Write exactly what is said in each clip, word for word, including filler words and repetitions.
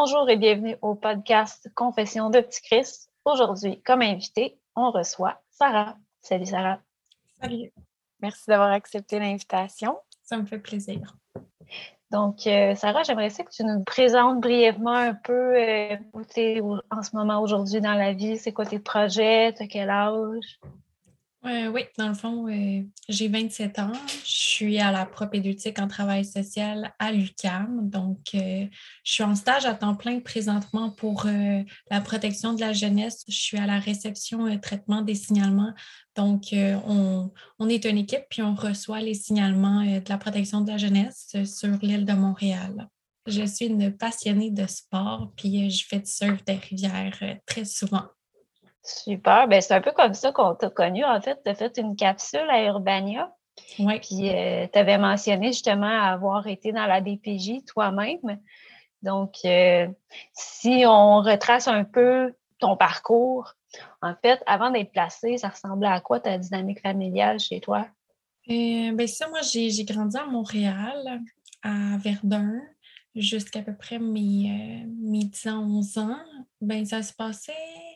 Bonjour et bienvenue au podcast Confessions de Petit Christ. Aujourd'hui, comme invité, on reçoit Sarah. Salut Sarah. Salut. Merci d'avoir accepté l'invitation. Ça me fait plaisir. Donc, euh, Sarah, j'aimerais ça que tu nous présentes brièvement un peu euh, où tu es en ce moment aujourd'hui dans la vie. C'est quoi tes projets? Tu as quel âge? Euh, oui, dans le fond, euh, j'ai vingt-sept ans. Je suis à la propédeutique en travail social à l'U Q A M. Donc, euh, je suis en stage à temps plein présentement pour euh, la protection de la jeunesse. Je suis à la réception et traitement des signalements. Donc, euh, on, on est une équipe puis on reçoit les signalements euh, de la protection de la jeunesse euh, sur l'île de Montréal. Je suis une passionnée de sport puis euh, je fais du surf des rivières euh, très souvent. Super. Ben, c'est un peu comme ça qu'on t'a connu. En fait, tu as fait une capsule à Urbania. Oui. Puis, euh, tu avais mentionné justement avoir été dans la D P J toi-même. Donc, euh, si on retrace un peu ton parcours, en fait, avant d'être placé, ça ressemblait à quoi ta dynamique familiale chez toi? Euh, ben ça, moi, j'ai, j'ai grandi à Montréal, à Verdun, jusqu'à peu près mes, euh, mes dix ans, onze ans. Ben, ça se passait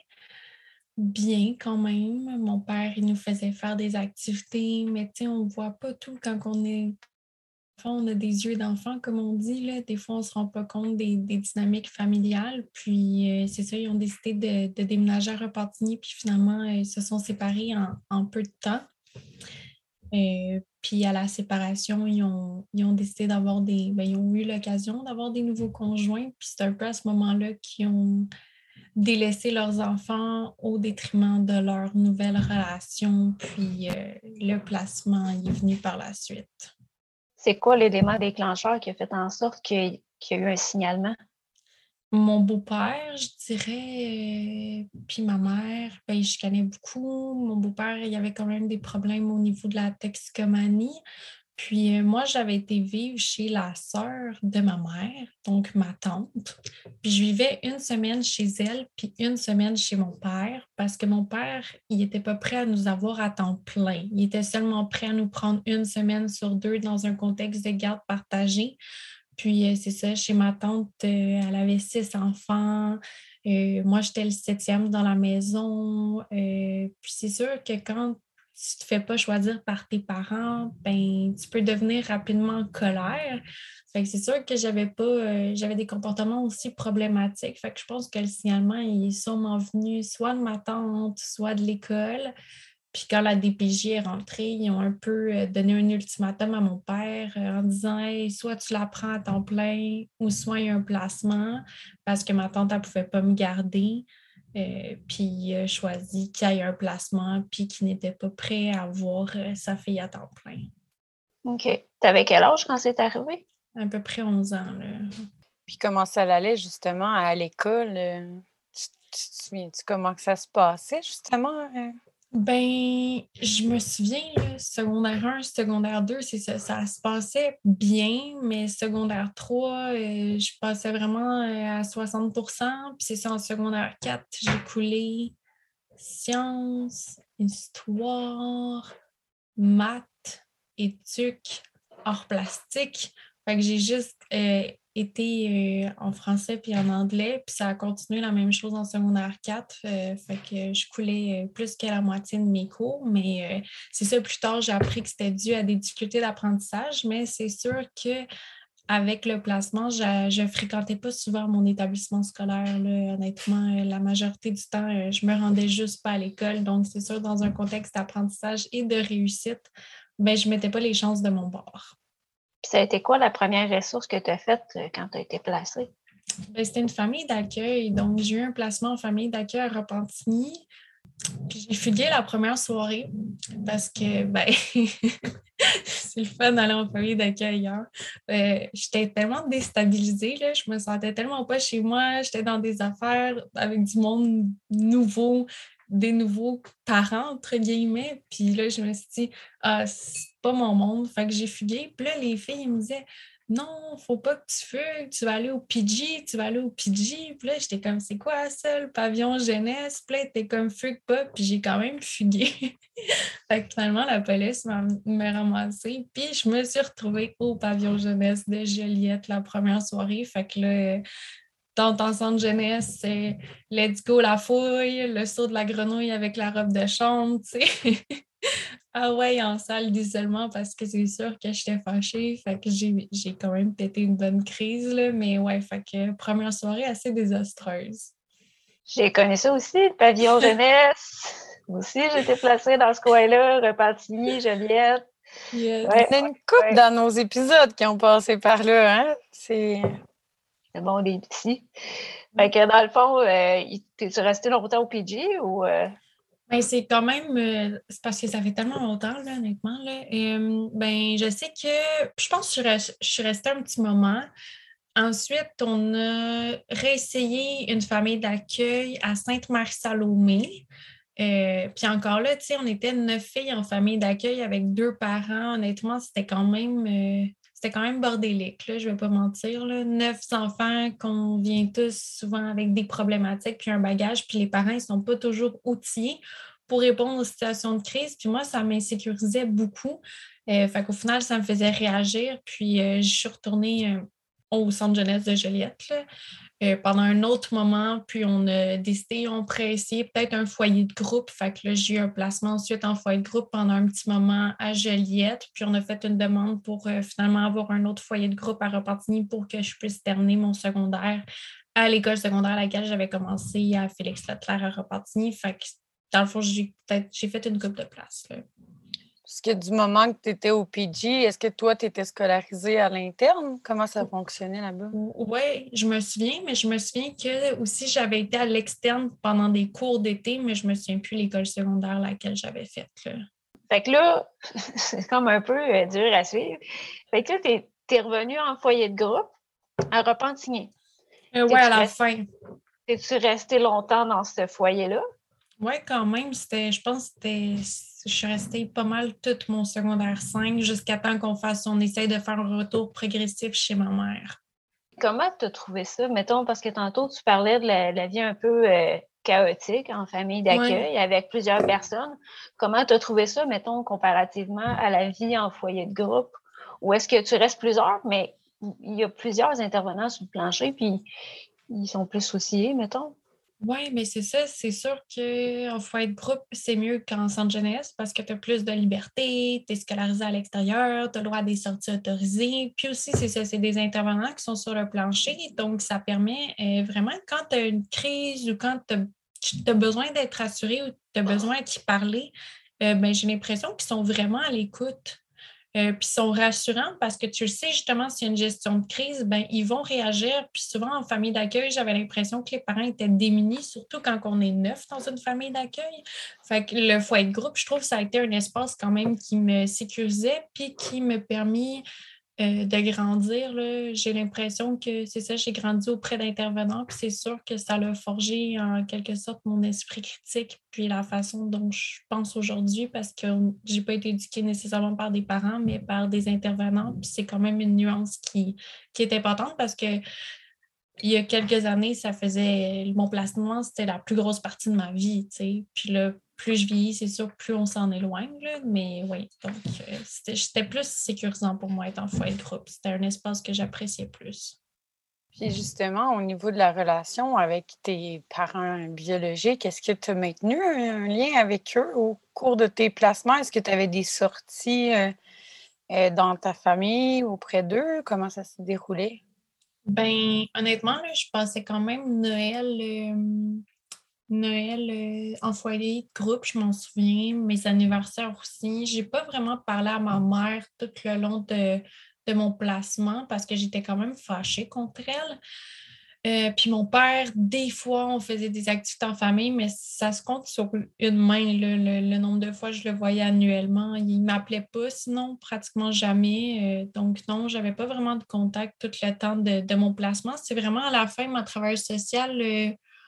bien quand même. Mon père, il nous faisait faire des activités, mais tu sais, on ne voit pas tout quand on est enfant, on a des yeux d'enfant, comme on dit, là. Des fois, on ne se rend pas compte des, des dynamiques familiales. Puis, euh, c'est ça, ils ont décidé de, de déménager à Repentigny, puis finalement, ils se sont séparés en, en peu de temps. Euh, puis à la séparation, ils ont, ils ont décidé d'avoir des. Ben, ils ont eu l'occasion d'avoir des nouveaux conjoints. Puis c'est un peu à ce moment-là qu'ils ont délaissé leurs enfants au détriment de leur nouvelle relation. Puis euh, le placement est venu par la suite. C'est quoi l'élément déclencheur qui a fait en sorte qu'il y, qu'il y a eu un signalement? Mon beau-père, je dirais, euh, puis ma mère, ben, je connais beaucoup. Mon beau-père, il y avait quand même des problèmes au niveau de la toxicomanie. Puis euh, moi, j'avais été vivre chez la sœur de ma mère, donc ma tante. Puis je vivais une semaine chez elle, puis une semaine chez mon père, parce que mon père, il n'était pas prêt à nous avoir à temps plein. Il était seulement prêt à nous prendre une semaine sur deux dans un contexte de garde partagée. Puis euh, c'est ça, chez ma tante, euh, elle avait six enfants. Euh, moi, j'étais le septième dans la maison. Euh, puis c'est sûr que quand tu ne te fais pas choisir par tes parents, ben tu peux devenir rapidement en colère. Fait que c'est sûr que j'avais pas, euh, j'avais des comportements aussi problématiques. Fait que je pense que le signalement il est sûrement venu soit de ma tante, soit de l'école. Puis quand la D P J est rentrée, ils ont un peu euh, donné un ultimatum à mon père euh, en disant hey, soit tu la prends à temps plein ou soit il y a un placement parce que ma tante, elle ne pouvait pas me garder. Euh, puis il a choisi qu'il y ait un placement puis qu'il n'était pas prêt à voir euh, sa fille à temps plein. OK. Tu avais quel âge quand c'est arrivé? À peu près onze ans. Là. Puis comment ça allait justement à l'école? euh, Tu tu te souviens-tu comment que ça se passait justement? euh? Ben, je me souviens, là, secondaire un, secondaire deux, c'est ça, ça se passait bien, mais secondaire trois, euh, je passais vraiment euh, à soixante pour cent. Puis c'est ça, en secondaire quatre, j'ai coulé sciences, histoire, maths, éthiques, arts plastiques. Fait que j'ai juste euh, été euh, en français puis en anglais, puis ça a continué la même chose en secondaire quatre. Euh, fait que je coulais euh, plus que la moitié de mes cours, mais euh, c'est ça, plus tard, j'ai appris que c'était dû à des difficultés d'apprentissage, mais c'est sûr que avec le placement, je ne fréquentais pas souvent mon établissement scolaire. Là. Honnêtement, euh, la majorité du temps, euh, je me rendais juste pas à l'école. Donc, c'est sûr, dans un contexte d'apprentissage et de réussite, ben, je ne mettais pas les chances de mon bord. Puis ça a été quoi la première ressource que tu as faite euh, quand tu as été placée? Ben, c'était une famille d'accueil. Donc, j'ai eu un placement en famille d'accueil à Repentigny. Puis j'ai fugué la première soirée parce que, ben, c'est le fun d'aller en famille d'accueil. Hein? Euh, j'étais tellement déstabilisée, là, je me sentais tellement pas chez moi. J'étais dans des affaires avec du monde nouveau, des nouveaux parents, entre guillemets. Puis là, je me suis dit, ah, c'est pas mon monde. Fait que j'ai fugué. Puis là, les filles me disaient, non, faut pas que tu fugues, tu vas aller au P G, tu vas aller au P G. Puis là, j'étais comme, c'est quoi ça, le pavillon jeunesse? Puis là, t'es comme, fugue pas, puis j'ai quand même fugué. Fait que finalement, la police m'a, m'a ramassée, puis je me suis retrouvée au pavillon jeunesse de Joliette la première soirée. Fait que là, tente en centre jeunesse, c'est let's go la fouille, le saut de la grenouille avec la robe de chambre, tu sais. Ah ouais, en salle d'isolement parce que c'est sûr que j'étais fâchée. Fait que j'ai, j'ai quand même pété une bonne crise, là. Mais ouais, fait que première soirée assez désastreuse. J'ai connu ça aussi, le pavillon jeunesse. Aussi, j'étais placée dans ce coin-là, Repentigny, Joliette. Yes. Ouais, Il y en a une couple ouais. dans nos épisodes qui ont passé par là, hein? C'est... C'est bon, des petits. Fait que dans le fond, euh, t'es-tu resté longtemps au P G ou... Euh... Ben, c'est quand même, euh, c'est parce que ça fait tellement longtemps, là, honnêtement. Là. Et, euh, ben, je sais que, je pense que je suis, res- je suis restée un petit moment. Ensuite, on a réessayé une famille d'accueil à Sainte-Marie-Salomé. Euh, puis encore là, tu sais, on était neuf filles en famille d'accueil avec deux parents. Honnêtement, c'était quand même, euh, c'était quand même bordélique, là, je ne vais pas mentir. Là. Neuf enfants qu'on vient tous souvent avec des problématiques puis un bagage, puis les parents, ils ne sont pas toujours outillés pour répondre aux situations de crise. Puis moi, ça m'insécurisait beaucoup. Euh, fait qu'au final, ça me faisait réagir. Puis euh, je suis retournée euh, au centre jeunesse de Joliette, là. Euh, pendant un autre moment, puis on a décidé, on pourrait essayer peut-être un foyer de groupe. Fait que là, j'ai eu un placement ensuite en foyer de groupe pendant un petit moment à Joliette. Puis on a fait une demande pour euh, finalement avoir un autre foyer de groupe à Repentigny pour que je puisse terminer mon secondaire à l'école secondaire à laquelle j'avais commencé à Félix Leclerc à Repentigny. Fait que dans le fond, j'ai peut-être j'ai fait une couple de places, là. Parce que du moment que tu étais au P G, est-ce que toi, tu étais scolarisée à l'interne? Comment ça fonctionnait là-bas? Oui, je me souviens, mais je me souviens que aussi j'avais été à l'externe pendant des cours d'été, mais je me souviens plus l'école secondaire laquelle j'avais faite, là. Fait que là, c'est comme un peu euh, dur à suivre. Fait que là, t'es, t'es revenu en foyer de groupe à Repentigny. Euh, ouais, à T'es-tu la resté, fin. t'es-tu resté longtemps dans ce foyer-là? Oui, quand même, c'était, je pense que c'était, je suis restée pas mal tout mon secondaire cinq jusqu'à temps qu'on fasse, on essaye de faire un retour progressif chez ma mère. Comment tu as trouvé ça? Mettons, parce que tantôt, tu parlais de la, la vie un peu euh, chaotique en famille Ouais. d'accueil avec plusieurs personnes. Comment tu as trouvé ça, mettons, comparativement à la vie en foyer de groupe? Ou est-ce que tu restes plusieurs, mais il y a plusieurs intervenants sur le plancher, puis ils sont plus souciés, mettons? Oui, mais c'est ça, c'est sûr qu'en foyer de groupe, c'est mieux qu'en centre jeunesse parce que tu as plus de liberté, tu es scolarisé à l'extérieur, tu as le droit à des sorties autorisées. Puis aussi, c'est ça, c'est des intervenants qui sont sur le plancher. Donc, ça permet euh, vraiment, quand tu as une crise ou quand tu as besoin d'être rassuré ou tu as besoin d'y parler, euh, ben, j'ai l'impression qu'ils sont vraiment à l'écoute. Euh, puis ils sont rassurants parce que tu le sais, justement, s'il y a une gestion de crise, ben, ils vont réagir. Puis souvent, en famille d'accueil, j'avais l'impression que les parents étaient démunis, surtout quand on est neuf dans une famille d'accueil. Fait que le foyer de groupe, je trouve que ça a été un espace quand même qui me sécurisait puis qui me permis euh, de grandir, là. J'ai l'impression que c'est ça, j'ai grandi auprès d'intervenants, puis c'est sûr que ça l'a forgé en quelque sorte mon esprit critique, puis la façon dont je pense aujourd'hui, parce que j'ai pas été éduquée nécessairement par des parents, mais par des intervenants, puis c'est quand même une nuance qui, qui est importante parce que il y a quelques années, ça faisait mon placement, c'était la plus grosse partie de ma vie, tu sais. Puis là, plus je vieillis, c'est sûr, plus on s'en éloigne, là. Mais oui, donc euh, c'était, c'était plus sécurisant pour moi être en foyer de groupe. C'était un espace que j'appréciais plus. Puis justement, au niveau de la relation avec tes parents biologiques, est-ce que tu as maintenu un, un lien avec eux au cours de tes placements? Est-ce que tu avais des sorties euh, euh, dans ta famille, auprès d'eux? Comment ça s'est déroulé? Ben, honnêtement, là, je passais quand même Noël, euh, Noël euh, en foyer de groupe, je m'en souviens, mes anniversaires aussi. J'ai pas vraiment parlé à ma mère tout le long de, de mon placement parce que j'étais quand même fâchée contre elle. Euh, puis mon père, des fois, on faisait des activités en famille, mais ça se compte sur une main, là, le, le nombre de fois que je le voyais annuellement. Il ne m'appelait pas, sinon pratiquement jamais. Euh, donc non, je n'avais pas vraiment de contact tout le temps de, de mon placement. C'est vraiment à la fin, ma travailleuse sociale, euh,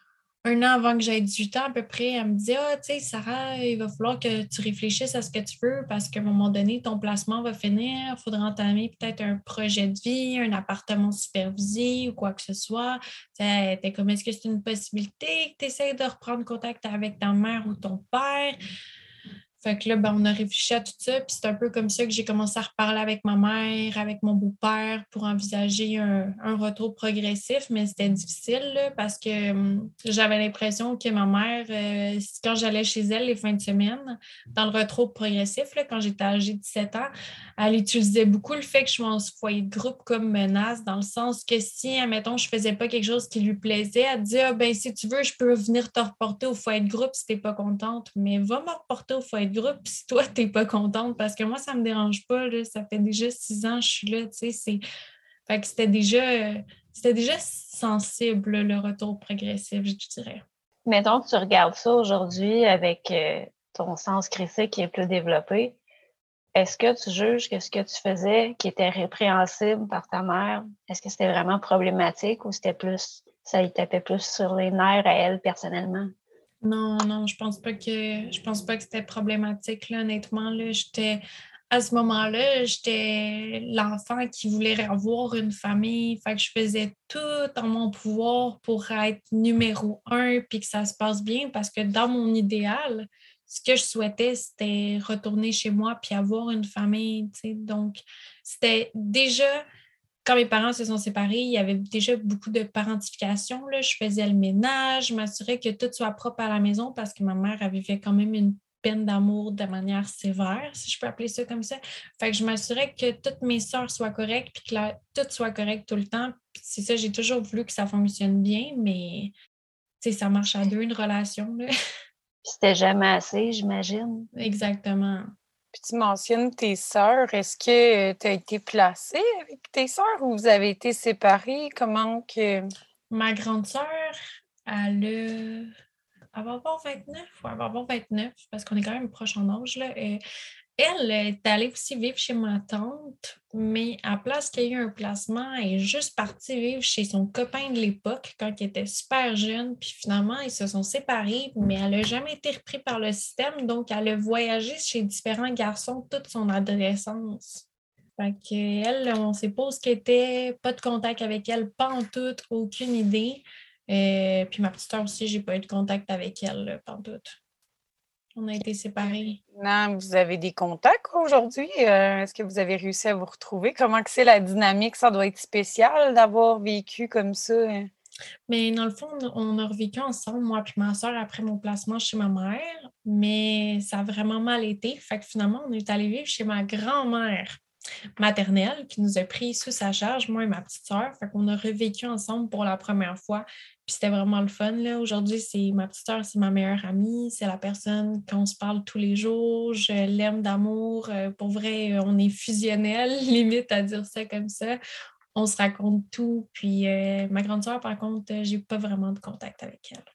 un an avant que j'aie dix-huit ans à peu près, elle me dit: Ah, tu sais, Sarah, il va falloir que tu réfléchisses à ce que tu veux parce qu'à un moment donné, ton placement va finir. Il faudra entamer peut-être un projet de vie, un appartement supervisé ou quoi que ce soit. T'es comme: Est-ce que c'est une possibilité que tu essaies de reprendre contact avec ta mère ou ton père? Fait que là, ben, on a réfléchi à tout ça, puis c'est un peu comme ça que j'ai commencé à reparler avec ma mère, avec mon beau-père pour envisager un, un retour progressif, mais c'était difficile là, parce que hum, j'avais l'impression que ma mère, euh, quand j'allais chez elle les fins de semaine, dans le retour progressif, là, quand j'étais âgée de dix-sept ans, elle utilisait beaucoup le fait que je sois en foyer de groupe comme menace, dans le sens que si, admettons, je faisais pas quelque chose qui lui plaisait, elle disait, ah, ben si tu veux, je peux venir te reporter au foyer de groupe si t'es pas contente, mais va me reporter au foyer de groupe si toi, t'es pas contente, parce que moi, ça me dérange pas, là, ça fait déjà six ans que je suis là, tu sais, c'est... Fait que c'était déjà, euh, c'était déjà sensible, le retour progressif, je dirais. Mettons que tu regardes ça aujourd'hui avec euh, ton sens critique qui est plus développé. Est-ce que tu juges que ce que tu faisais qui était répréhensible par ta mère, est-ce que c'était vraiment problématique ou c'était plus, ça lui tapait plus sur les nerfs à elle personnellement? Non, non, je pense pas que je pense pas que c'était problématique, là, honnêtement. Là, j'étais à ce moment-là, j'étais l'enfant qui voulait avoir une famille. Fait que je faisais tout en mon pouvoir pour être numéro un puis que ça se passe bien parce que dans mon idéal, ce que je souhaitais, c'était retourner chez moi puis avoir une famille, tu sais. Donc, c'était déjà quand mes parents se sont séparés, il y avait déjà beaucoup de parentification, là. Je faisais le ménage, je m'assurais que tout soit propre à la maison parce que ma mère elle vivait quand même une peine d'amour de manière sévère, si je peux appeler ça comme ça. Fait que je m'assurais que toutes mes sœurs soient correctes puis que la- tout soit correct tout le temps. Puis c'est ça, j'ai toujours voulu que ça fonctionne bien, mais tu sais, ça marche à deux, une relation, là. Puis c'était jamais assez, j'imagine. Exactement. Puis tu mentionnes tes sœurs. Est-ce que tu as été placée avec tes sœurs ou vous avez été séparés? Comment que... Ma grande sœur, elle a Elle va avoir vingt-neuf, ouais, elle va avoir vingt-neuf parce qu'on est quand même proche en âge, là. Euh, elle est allée aussi vivre chez ma tante, mais à place qu'il y ait eu un placement, elle est juste partie vivre chez son copain de l'époque quand il était super jeune. Puis finalement, ils se sont séparés, mais elle n'a jamais été reprise par le système. Donc, elle a voyagé chez différents garçons toute son adolescence. Fait qu'elle, on ne sait pas où ce qu'elle était, pas de contact avec elle, pas en tout, aucune idée. Euh, puis ma petite sœur aussi, j'ai pas eu de contact avec elle, là, pas en tout. On a été séparés. Non, vous avez des contacts aujourd'hui? Euh, est-ce que vous avez réussi à vous retrouver? Comment que c'est la dynamique? Ça doit être spécial d'avoir vécu comme ça. Hein? Mais dans le fond, on a revécu ensemble, moi et ma soeur, après mon placement chez ma mère, mais ça a vraiment mal été. Fait que finalement, on est allé vivre chez ma grand-mère maternelle qui nous a pris sous sa charge, moi et ma petite soeur. Fait qu'on a revécu ensemble pour la première fois. Puis c'était vraiment le fun, là. Aujourd'hui, c'est ma petite soeur, c'est ma meilleure amie. C'est la personne qu'on se parle tous les jours. Je l'aime d'amour. Euh, Pour vrai, on est fusionnels, limite à dire ça comme ça. On se raconte tout. Puis euh, ma grande sœur, par contre, euh, j'ai pas vraiment de contact avec elle.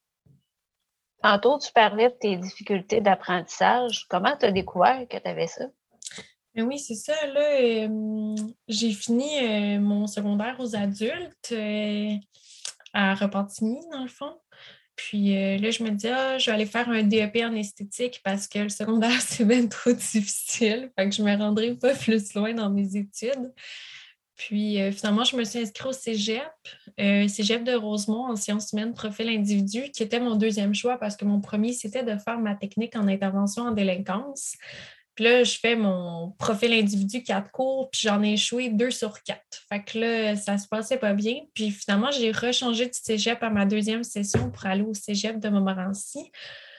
Tantôt, tu parlais de tes difficultés d'apprentissage. Comment tu as découvert que tu avais ça? Mais oui, c'est ça. Là, euh, j'ai fini euh, mon secondaire aux adultes euh, à Repentigny, dans le fond. Puis euh, là, je me dis, ah, je vais aller faire un D E P en esthétique parce que le secondaire, c'est bien trop difficile. Fait que je me rendrai pas plus loin dans mes études. Puis euh, finalement, je me suis inscrite au cégep, euh, cégep de Rosemont en sciences humaines, profil individu, qui était mon deuxième choix parce que mon premier, c'était de faire ma technique en intervention en délinquance. Puis là, je fais mon profil individu quatre cours, puis j'en ai échoué deux sur quatre. Fait que là, ça se passait pas bien. Puis finalement, j'ai rechangé de cégep à ma deuxième session pour aller au cégep de Montmorency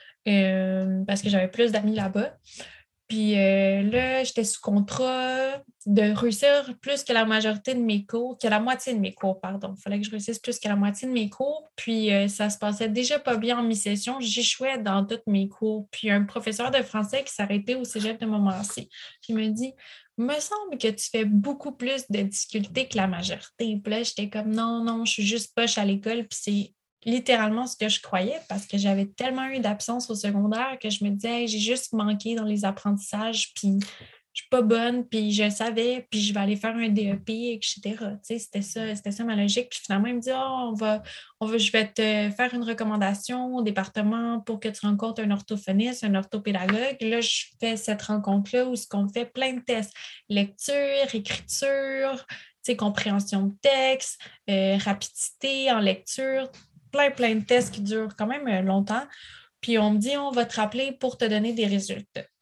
euh, parce que j'avais plus d'amis là-bas. Puis euh, là, j'étais sous contrat de réussir plus que la majorité de mes cours, que la moitié de mes cours, pardon. Il fallait que je réussisse plus que la moitié de mes cours. Puis euh, ça se passait déjà pas bien en mi-session. J'échouais dans tous mes cours. Puis un professeur de français qui s'arrêtait au cégep de Montmorency, qui me dit me semble que tu fais beaucoup plus de difficultés que la majorité. Puis là, j'étais comme non, non, je suis juste poche à l'école. Puis c'est littéralement ce que je croyais parce que j'avais tellement eu d'absence au secondaire que je me disais hey, j'ai juste manqué dans les apprentissages puis je suis pas bonne puis je savais puis je vais aller faire un D E P et cetera. Tu sais, c'était ça, c'était ça ma logique. Puis finalement, il me dit oh, on va, on va, je vais te faire une recommandation au département pour que tu rencontres un orthophoniste, un orthopédagogue. Là, je fais cette rencontre-là où ce qu'on fait plein de tests. Lecture, écriture, tu sais, compréhension de texte, euh, rapidité en lecture, plein, plein de tests qui durent quand même longtemps. Puis on me dit, on va te rappeler pour te donner des résultats.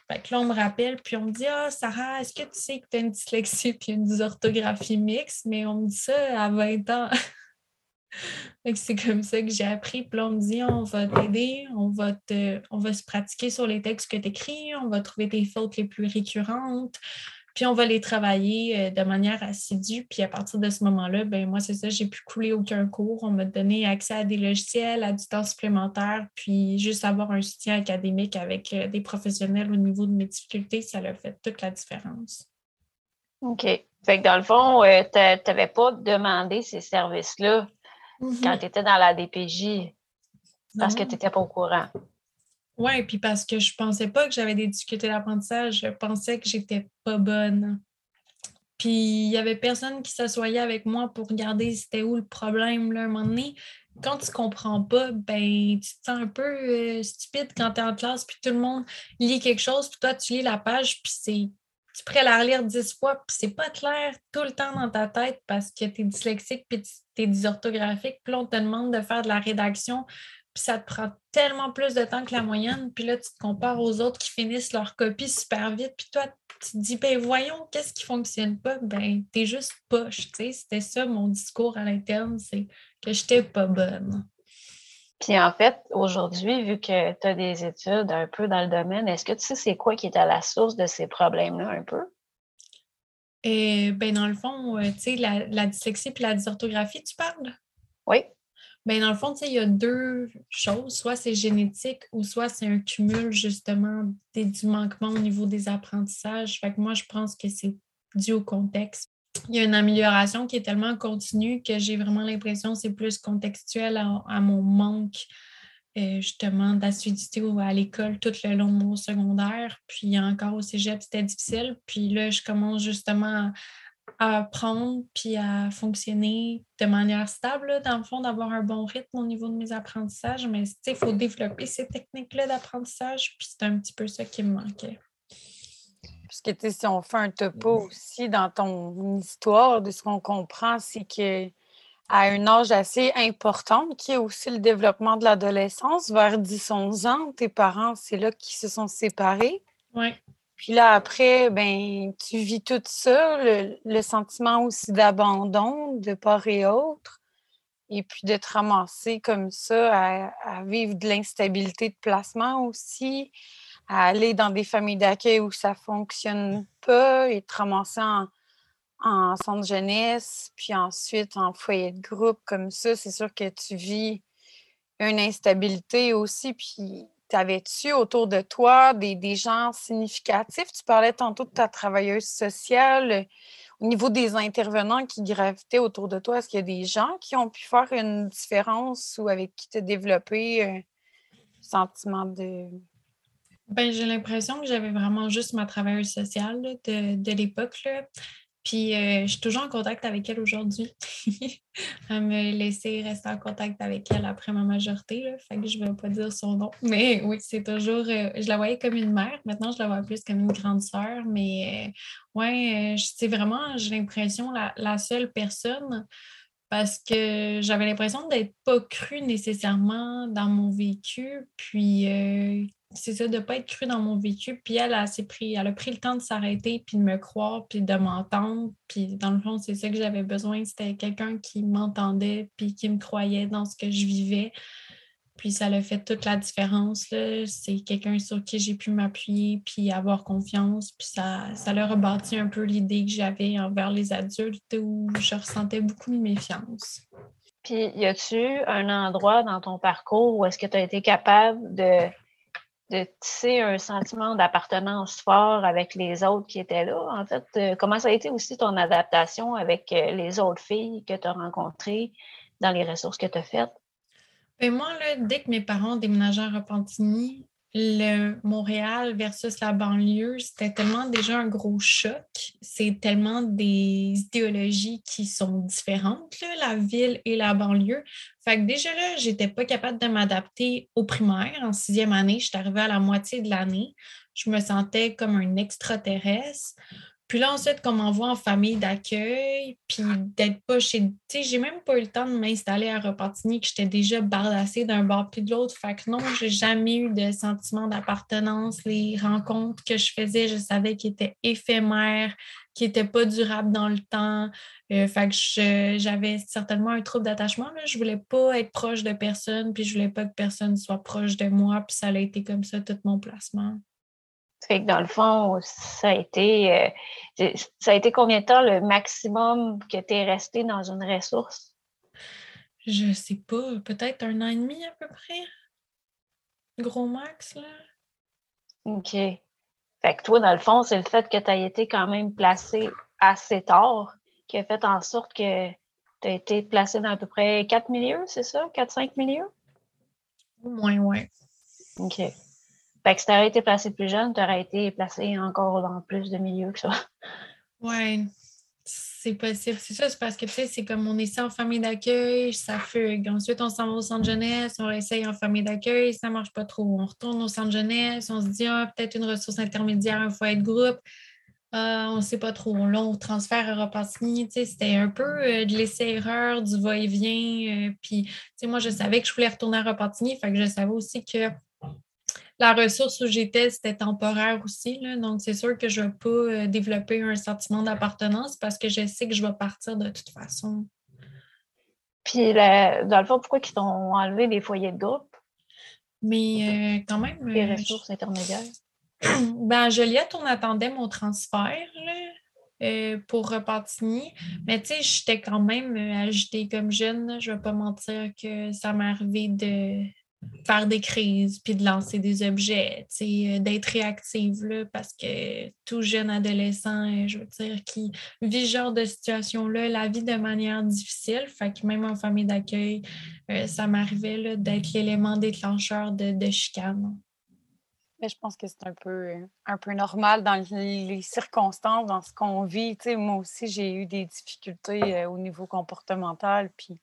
Fait que là, on me rappelle, puis on me dit « Ah, Sarah, est-ce que tu sais que tu as une dyslexie puis une dysorthographie mixte? » Mais on me dit ça à vingt ans. Fait que c'est comme ça que j'ai appris. Puis là, on me dit, on va t'aider, on va te, on va se pratiquer sur les textes que tu écris, on va trouver tes fautes les plus récurrentes, puis on va les travailler de manière assidue. Puis à partir de ce moment-là, ben moi, c'est ça, j'ai pu couler aucun cours. On m'a donné accès à des logiciels, à du temps supplémentaire, puis juste avoir un soutien académique avec des professionnels au niveau de mes difficultés, ça a fait toute la différence. OK. Fait que dans le fond, euh, tu n'avais pas demandé ces services-là mm-hmm. quand tu étais dans la D P J parce non. que tu n'étais pas au courant. Oui, puis parce que je pensais pas que j'avais des difficultés d'apprentissage, je pensais que j'étais pas bonne. Puis il y avait personne qui s'assoyait avec moi pour regarder c'était où le problème, là, à un moment donné. Quand tu comprends pas, ben tu te sens un peu euh, stupide quand tu es en classe, puis tout le monde lit quelque chose, puis toi, tu lis la page, puis c'est tu pourrais la relire dix fois, puis c'est pas clair tout le temps dans ta tête parce que tu es dyslexique, puis tu es dysorthographique, puis là, on te demande de faire de la rédaction, puis ça te prend tellement plus de temps que la moyenne, puis là, tu te compares aux autres qui finissent leur copie super vite, puis toi, tu te dis, ben voyons, qu'est-ce qui fonctionne pas? Ben, t'es juste poche, tu sais. C'était ça, mon discours à l'interne, c'est que j'étais pas bonne. Puis en fait, aujourd'hui, vu que tu as des études un peu dans le domaine, est-ce que tu sais c'est quoi qui est à la source de ces problèmes-là un peu? Et, ben dans le fond, euh, tu sais, la, la dyslexie puis la dysorthographie, tu parles? Oui. Ben dans le fond, tu sais, il y a deux choses. Soit c'est génétique ou soit c'est un cumul, justement, des, du manquement au niveau des apprentissages. Fait que moi, je pense que c'est dû au contexte. Il y a une amélioration qui est tellement continue que j'ai vraiment l'impression que c'est plus contextuel à, à mon manque, euh, justement, d'assiduité à l'école tout le long de mon secondaire. Puis encore au cégep, c'était difficile. Puis là, je commence justement à, à apprendre puis à fonctionner de manière stable, là, dans le fond, d'avoir un bon rythme au niveau de mes apprentissages. Mais il faut développer ces techniques-là d'apprentissage. Puis c'est un petit peu ça qui me manquait. Puisque, tu sais, si on fait un topo aussi dans ton histoire, de ce qu'on comprend, c'est qu'à un âge assez important, qui est aussi le développement de l'adolescence, vers dix onze ans, tes parents, c'est là qu'ils se sont séparés. Oui. Puis là, après, ben, tu vis tout ça, le, le sentiment aussi d'abandon de part et autre, et puis de te ramasser comme ça à, à vivre de l'instabilité de placement aussi, à aller dans des familles d'accueil où ça ne fonctionne pas et te ramasser en, en centre jeunesse, puis ensuite en foyer de groupe comme ça, c'est sûr que tu vis une instabilité aussi. Puis t'avais-tu autour de toi des, des gens significatifs? Tu parlais tantôt de ta travailleuse sociale. Au niveau des intervenants qui gravitaient autour de toi, est-ce qu'il y a des gens qui ont pu faire une différence ou avec qui tu as développé un sentiment de... Ben, j'ai l'impression que j'avais vraiment juste ma travailleuse sociale là, de, de l'époque. Là. Puis euh, je suis toujours en contact avec elle aujourd'hui. Elle m'a laissé rester en contact avec elle après ma majorité. Là, fait que je ne vais pas dire son nom. Mais oui, c'est toujours. Euh, je la voyais comme une mère. Maintenant, je la vois plus comme une grande sœur. Mais euh, ouais, euh, c'est vraiment, j'ai l'impression, la, la seule personne. Parce que j'avais l'impression d'être pas crue nécessairement dans mon vécu. Puis euh, c'est ça, de ne pas être crue dans mon vécu. Puis elle, elle, s'est pris, elle a pris le temps de s'arrêter, puis de me croire, puis de m'entendre. Puis dans le fond, c'est ça que j'avais besoin. C'était quelqu'un qui m'entendait, puis qui me croyait dans ce que je vivais. Puis ça a fait toute la différence, là. C'est quelqu'un sur qui j'ai pu m'appuyer puis avoir confiance. Puis ça, ça leur a rebâti un peu l'idée que j'avais envers les adultes où je ressentais beaucoup de méfiance. Puis y a-tu un endroit dans ton parcours où est-ce que tu as été capable de, de tisser un sentiment d'appartenance fort avec les autres qui étaient là? En fait, comment ça a été aussi ton adaptation avec les autres filles que tu as rencontrées dans les ressources que tu as faites? Ben moi, là, dès que mes parents déménageaient à Repentigny, le Montréal versus la banlieue, c'était tellement déjà un gros choc. C'est tellement des idéologies qui sont différentes, là, la ville et la banlieue. Fait que déjà là, j'étais pas capable de m'adapter au primaire. En sixième année, je suis arrivée à la moitié de l'année. Je me sentais comme un extraterrestre. Puis là, ensuite, qu'on m'envoie en famille d'accueil, puis d'être pas chez... Tu sais, j'ai même pas eu le temps de m'installer à Repentigny, que j'étais déjà bardassée d'un bord puis de l'autre. Fait que non, j'ai jamais eu de sentiment d'appartenance. Les rencontres que je faisais, je savais qu'elles étaient éphémères, qui n'étaient pas durables dans le temps. Euh, fait que je- j'avais certainement un trouble d'attachement, là. Je voulais pas être proche de personne, puis je voulais pas que personne soit proche de moi, puis ça a été comme ça tout mon placement. Fait que dans le fond, ça a été euh, ça a été combien de temps le maximum que tu es resté dans une ressource? Je sais pas, peut-être un an et demi à peu près. Gros max, là. OK. Fait que toi, dans le fond, c'est le fait que tu aies été quand même placé assez tard qui a fait en sorte que tu as été placé dans à peu près quatre milieux, c'est ça? Quatre, cinq milieux? Au moins, ouais. OK. Fait que si tu aurais été placé plus jeune, tu aurais été placé encore dans plus de milieux que ça. Ouais, c'est possible. C'est ça, c'est parce que, tu sais, c'est comme on essaie en famille d'accueil, ça fugue. Ensuite, on s'en va au centre jeunesse, on essaye en famille d'accueil, ça marche pas trop. On retourne au centre jeunesse, on se dit, ah, peut-être une ressource intermédiaire, un foyer de groupe. Ah, on ne sait pas trop. Là, on transfère à Repentigny. Tu sais, c'était un peu euh, de l'essai-erreur, du va-et-vient. euh, puis, tu sais, moi, je savais que je voulais retourner à Repentigny. Fait que je savais aussi que la ressource où j'étais, c'était temporaire aussi. Là. Donc, c'est sûr que je ne vais pas euh, développer un sentiment d'appartenance parce que je sais que je vais partir de toute façon. Puis, la- dans le fond, pourquoi ils t'ont enlevé des foyers de groupe, Mais euh, quand même, des euh, ressources intermédiaires? je... ben, Joliette, on attendait mon transfert là, euh, pour Repentigny. Mais tu sais, j'étais quand même euh, agitée comme jeune. Là. Je ne vais pas mentir que ça m'est arrivé de faire des crises puis de lancer des objets, tu sais, euh, d'être réactive là, parce que tout jeune adolescent, euh, je veux dire, qui vit ce genre de situation-là, la vit de manière difficile. Fait que même en famille d'accueil, euh, ça m'arrivait là, d'être l'élément déclencheur de, de chicane. Mais je pense que c'est un peu, un peu normal dans les circonstances, dans ce qu'on vit. Tu sais, moi aussi, j'ai eu des difficultés euh, au niveau comportemental. Puis,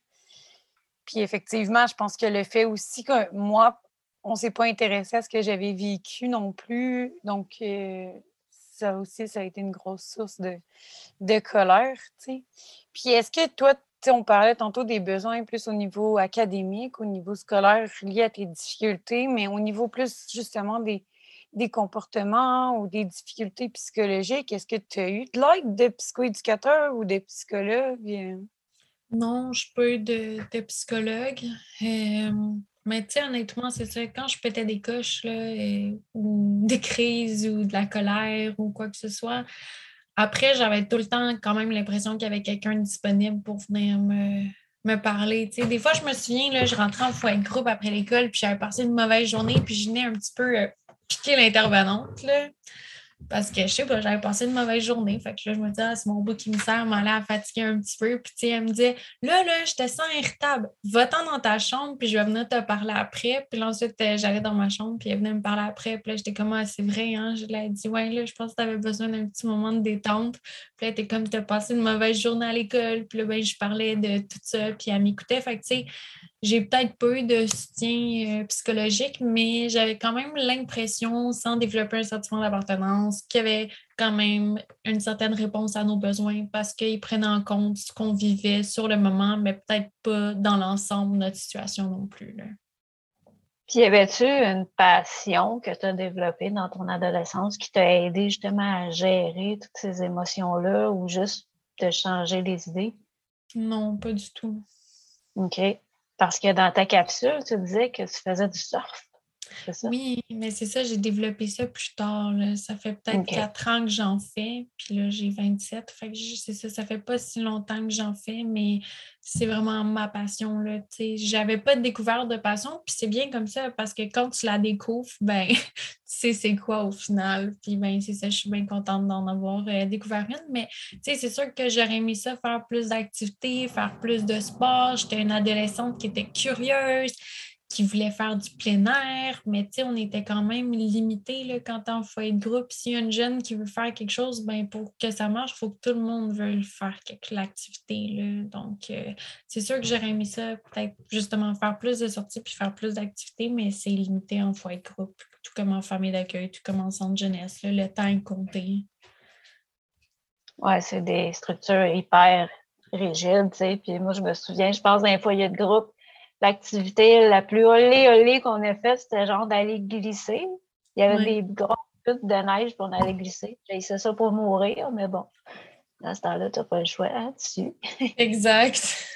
puis effectivement, je pense que le fait aussi que moi, on ne s'est pas intéressé à ce que j'avais vécu non plus. Donc, euh, ça aussi, ça a été une grosse source de, de colère. Tu sais. Puis est-ce que toi, tu sais, on parlait tantôt des besoins plus au niveau académique, au niveau scolaire liés à tes difficultés, mais au niveau plus justement des, des comportements ou des difficultés psychologiques, est-ce que tu as eu de l'aide de psychoéducateurs ou de psychologues? Non, je peux eu de, de psychologue. Euh, mais tu sais, honnêtement, c'est ça. Quand je pétais des coches, là, euh, ou des crises, ou de la colère, ou quoi que ce soit, après, j'avais tout le temps quand même l'impression qu'il y avait quelqu'un disponible pour venir me, me parler. Tu sais, des fois, je me souviens, là, je rentrais en foyer de groupe après l'école, puis j'avais passé une mauvaise journée, puis je venais un petit peu euh, piquer l'intervenante, là. Parce que je sais pas, j'avais passé une mauvaise journée. Fait que là, je me disais, ah, c'est mon bouc qui me sert, m'aller à fatiguer un petit peu. Puis, tu sais, elle me disait, là, là, je te sens irritable. Va-t'en dans ta chambre, puis je vais venir te parler après. Puis là, ensuite, euh, j'allais dans ma chambre, puis elle venait me parler après. Puis là, j'étais comme, ah, c'est vrai, hein. Je lui ai dit, ouais, là, je pense que tu avais besoin d'un petit moment de détente. Puis là, t'es comme, t'as passé une mauvaise journée à l'école. Puis là, ben, je parlais de tout ça, puis elle m'écoutait. Fait que, tu sais, j'ai peut-être pas eu de soutien euh, psychologique, mais j'avais quand même l'impression, sans développer un sentiment d'appartenance, qu'il y avait quand même une certaine réponse à nos besoins parce qu'ils prenaient en compte ce qu'on vivait sur le moment, mais peut-être pas dans l'ensemble de notre situation non plus. Là. Puis, y avait-tu une passion que tu as développée dans ton adolescence qui t'a aidé justement à gérer toutes ces émotions-là ou juste de changer les idées? Non, pas du tout. OK. Parce que dans ta capsule, tu disais que tu faisais du surf, c'est ça? Oui, mais c'est ça, j'ai développé ça plus tard. Là. Ça fait peut-être OK. quatre ans que j'en fais, puis là, j'ai vingt-sept. Fait que je- c'est ça, ça fait pas si longtemps que j'en fais, mais c'est vraiment ma passion. Là, tu sais. J'avais pas de découverte de passion, puis c'est bien comme ça, parce que quand tu la découvres, ben, tu sais c'est quoi au final. Puis ben, c'est ça, je suis bien contente d'en avoir euh, découvert une, mais tu sais, c'est sûr que j'aurais aimé ça, faire plus d'activités, faire plus de sport. J'étais une adolescente qui était curieuse, qui voulait faire du plein air, mais tu sais, on était quand même limité là, quand t'es en foyer de groupe. S'il y a une jeune qui veut faire quelque chose, ben pour que ça marche, il faut que tout le monde veuille faire quelque l'activité. Là. Donc, euh, c'est sûr que j'aurais aimé ça, peut-être justement faire plus de sorties puis faire plus d'activités, mais c'est limité en foyer de groupe, tout comme en famille d'accueil, tout comme en centre jeunesse. Là, le temps est compté. Ouais, c'est des structures hyper rigides, tu sais. Puis moi, je me souviens, je pense, d'un foyer de groupe, l'activité la plus olé olé qu'on a faite, c'était genre d'aller glisser. Il y avait Ouais. des grosses chutes de neige, puis on allait glisser. J'ai essayé ça pour mourir, mais bon, dans ce temps-là, t'as pas le choix, hein, dessus. Exact.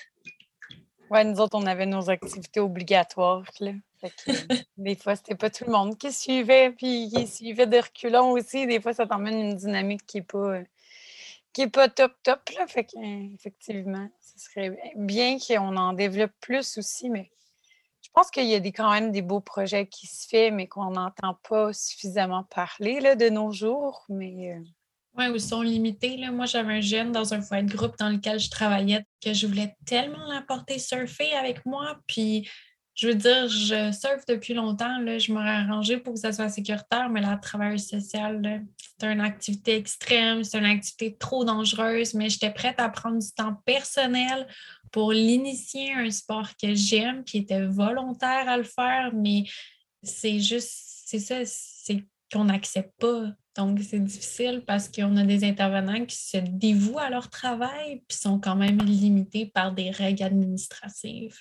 Ouais, nous autres, on avait nos activités obligatoires, là. Fait que, des fois, c'était pas tout le monde qui suivait, puis qui suivait de reculons aussi. Des fois, ça t'emmène une dynamique qui est pas, euh, qui est pas top top, là. Fait que, euh, effectivement, ce serait bien qu'on en développe plus aussi, mais je pense qu'il y a des, quand même des beaux projets qui se font, mais qu'on n'entend pas suffisamment parler, là, de nos jours. Mais euh, Oui, ou sont limités. Là. Moi, j'avais un jeune dans un foyer de groupe dans lequel je travaillais que je voulais tellement l'apporter surfer avec moi. Puis, je veux dire, je surfe depuis longtemps. Là. Je m'aurais arrangé pour que ça soit sécuritaire, mais la travailleuse sociale, là, c'est une activité extrême, c'est une activité trop dangereuse, mais j'étais prête à prendre du temps personnel pour l'initier à un sport que j'aime, qui était volontaire à le faire, mais c'est juste, c'est ça, c'est qu'on n'accepte pas. Donc, c'est difficile parce qu'on a des intervenants qui se dévouent à leur travail puis sont quand même limités par des règles administratives.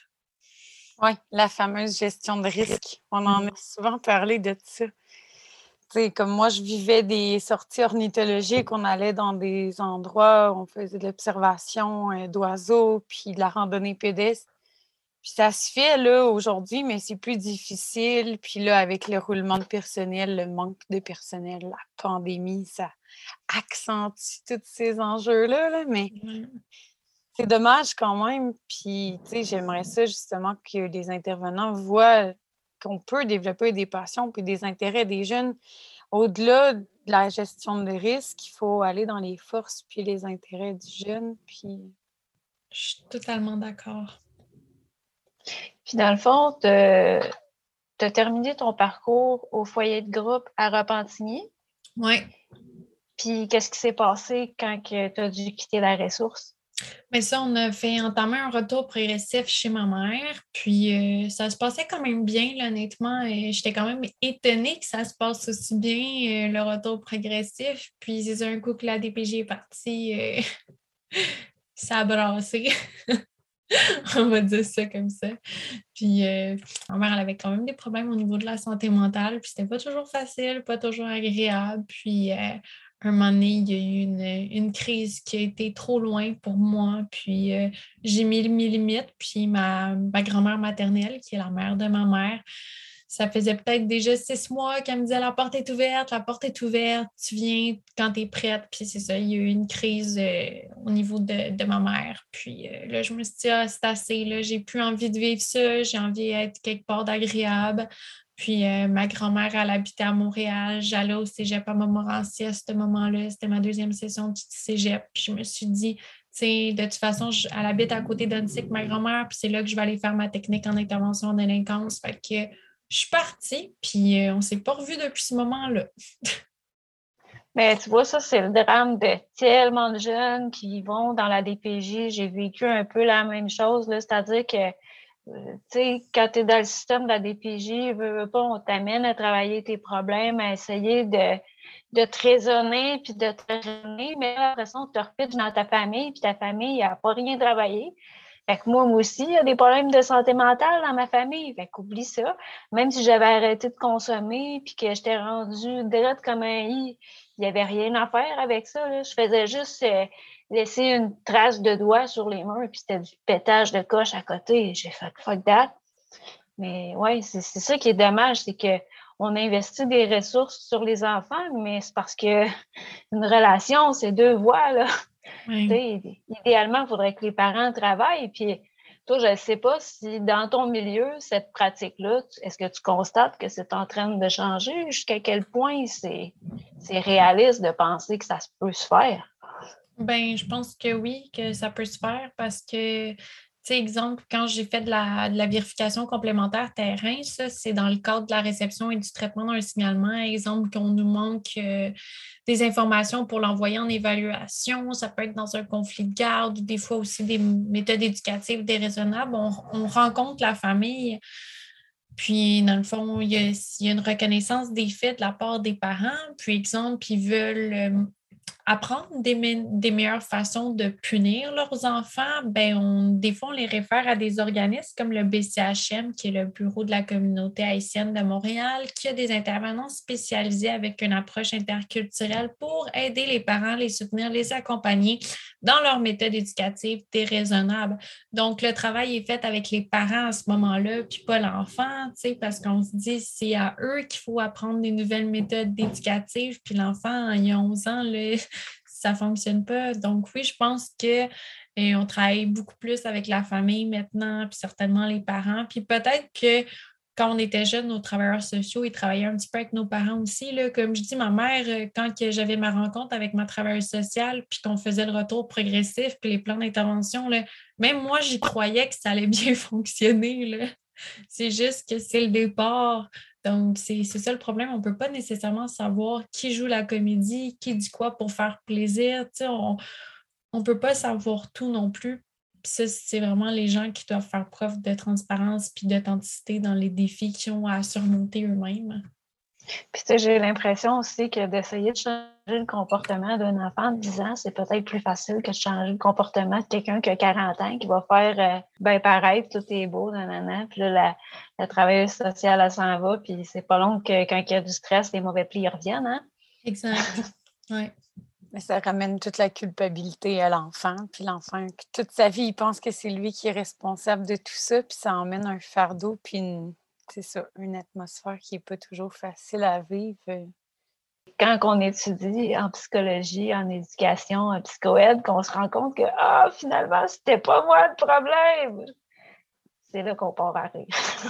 oui, la fameuse gestion de risque. On en a souvent parlé de ça. T'sais, comme moi, je vivais des sorties ornithologiques, on allait dans des endroits où on faisait de l'observation euh, d'oiseaux, puis de la randonnée pédestre. Puis ça se fait là aujourd'hui, mais c'est plus difficile. Puis là, avec le roulement de personnel, le manque de personnel, la pandémie, ça accentue tous ces enjeux-là. Là, mais Ouais. c'est dommage quand même. Puis, tu sais, j'aimerais ça justement que les intervenants voient qu'on peut développer des passions puis des intérêts des jeunes. Au-delà de la gestion de risque, il faut aller dans les forces puis les intérêts du jeune. Puis, Je suis totalement d'accord. Puis dans le fond, tu as terminé ton parcours au foyer de groupe à Repentigny. Oui. Puis qu'est-ce qui s'est passé quand tu as dû quitter la ressource? Mais ça, on a fait entamer un retour progressif chez ma mère. Puis euh, ça se passait quand même bien, là, honnêtement. Et j'étais quand même étonnée que ça se passe aussi bien, euh, le retour progressif. Puis c'est un coup que la D P J est partie, euh, ça a brassé. On va dire ça comme ça. Puis euh, ma mère, elle avait quand même des problèmes au niveau de la santé mentale. Puis c'était pas toujours facile, pas toujours agréable. Puis euh, un moment donné, il y a eu une, une crise qui a été trop loin pour moi. Puis euh, j'ai mis mes limites. Puis ma, ma grand-mère maternelle, qui est la mère de ma mère, ça faisait peut-être déjà six mois qu'elle me disait la porte est ouverte, la porte est ouverte, tu viens quand tu es prête. Puis c'est ça, il y a eu une crise euh, au niveau de, de ma mère. Puis euh, là, je me suis dit, ah, c'est assez, là, j'ai plus envie de vivre ça, j'ai envie d'être quelque part d'agréable. Puis euh, ma grand-mère, elle habitait à Montréal, j'allais au cégep à Montmorency à ce moment-là, c'était ma deuxième session du cégep. Puis je me suis dit, tu sais, de toute façon, je, elle habite à côté d'Annecy, ma grand-mère, puis c'est là que je vais aller faire ma technique en intervention en délinquance. Fait que je suis partie, puis euh, on ne s'est pas revus depuis ce moment-là. Mais tu vois, ça, c'est le drame de tellement de jeunes qui vont dans la D P J. J'ai vécu un peu la même chose, là, c'est-à-dire que, euh, tu sais, quand tu es dans le système de la D P J, veux, veux pas, on t'amène à travailler tes problèmes, à essayer de, de te raisonner puis de te raisonner, mais après ça, on te repitche dans ta famille, puis ta famille n'a pas rien travaillé. Fait que moi, moi aussi, il y a des problèmes de santé mentale dans ma famille. Fait qu'oublie ça. Même si j'avais arrêté de consommer puis que j'étais rendue drette comme un i, il n'y avait rien à faire avec ça. Là. Je faisais juste euh, laisser une trace de doigt sur les murs puis c'était du pétage de coche à côté. J'ai fait « fuck that ». Mais oui, c'est, c'est ça qui est dommage, c'est qu'on investit des ressources sur les enfants, mais c'est parce que une relation, c'est deux voies, là. Oui. Idéalement, il faudrait que les parents travaillent. Puis, toi, je ne sais pas si dans ton milieu, cette pratique-là, est-ce que tu constates que c'est en train de changer? Jusqu'à quel point c'est, c'est réaliste de penser que ça peut se faire? Ben, je pense que oui, que ça peut se faire parce que, tu sais, exemple, quand j'ai fait de la, de la vérification complémentaire terrain, ça, c'est dans le cadre de la réception et du traitement d'un signalement. Exemple, qu'on nous manque euh, des informations pour l'envoyer en évaluation. Ça peut être dans un conflit de garde ou des fois aussi des méthodes éducatives déraisonnables. On, on rencontre la famille. Puis, dans le fond, il y, a, il y a une reconnaissance des faits de la part des parents. Puis, exemple, ils veulent euh, apprendre des, me- des meilleures façons de punir leurs enfants, ben on, des fois, on les réfère à des organismes comme le B C H M, qui est le Bureau de la communauté haïtienne de Montréal, qui a des intervenants spécialisés avec une approche interculturelle pour aider les parents, les soutenir, les accompagner dans leur méthode éducative déraisonnable. Donc, le travail est fait avec les parents à ce moment-là, puis pas l'enfant, tu sais, parce qu'on se dit c'est à eux qu'il faut apprendre des nouvelles méthodes éducatives, puis l'enfant, il y a onze ans, là, ça ne fonctionne pas. Donc, oui, je pense que et on travaille beaucoup plus avec la famille maintenant, puis certainement les parents. Puis peut-être que quand on était jeunes, nos travailleurs sociaux, ils travaillaient un petit peu avec nos parents aussi. Là. Comme je dis, ma mère, euh, quand que j'avais ma rencontre avec ma travailleuse sociale, puis qu'on faisait le retour progressif, puis les plans d'intervention, là, même moi, j'y croyais que ça allait bien fonctionner. Là. C'est juste que c'est le départ. Donc, c'est c'est ça le problème. On ne peut pas nécessairement savoir qui joue la comédie, qui dit quoi pour faire plaisir. Tu sais, on ne peut pas savoir tout non plus. Puis ça, c'est vraiment les gens qui doivent faire preuve de transparence puis d'authenticité dans les défis qu'ils ont à surmonter eux-mêmes. Puis, tu sais, j'ai l'impression aussi que d'essayer de changer le comportement d'un enfant de dix ans, c'est peut-être plus facile que de changer le comportement de quelqu'un qui a quarante ans, qui va faire, euh, ben, paraître, tout est beau, nanana. Puis là, la, la travailleuse sociale, elle s'en va, puis c'est pas long que quand il y a du stress, les mauvais plis ils reviennent, hein? Exact. Oui. Mais ça ramène toute la culpabilité à l'enfant. Puis l'enfant, toute sa vie, il pense que c'est lui qui est responsable de tout ça. Puis ça emmène un fardeau, puis une, c'est ça, une atmosphère qui n'est pas toujours facile à vivre. Quand on étudie en psychologie, en éducation, en psychoède, qu'on se rend compte que, ah, finalement, c'était pas moi le problème. C'est là qu'on part à rire.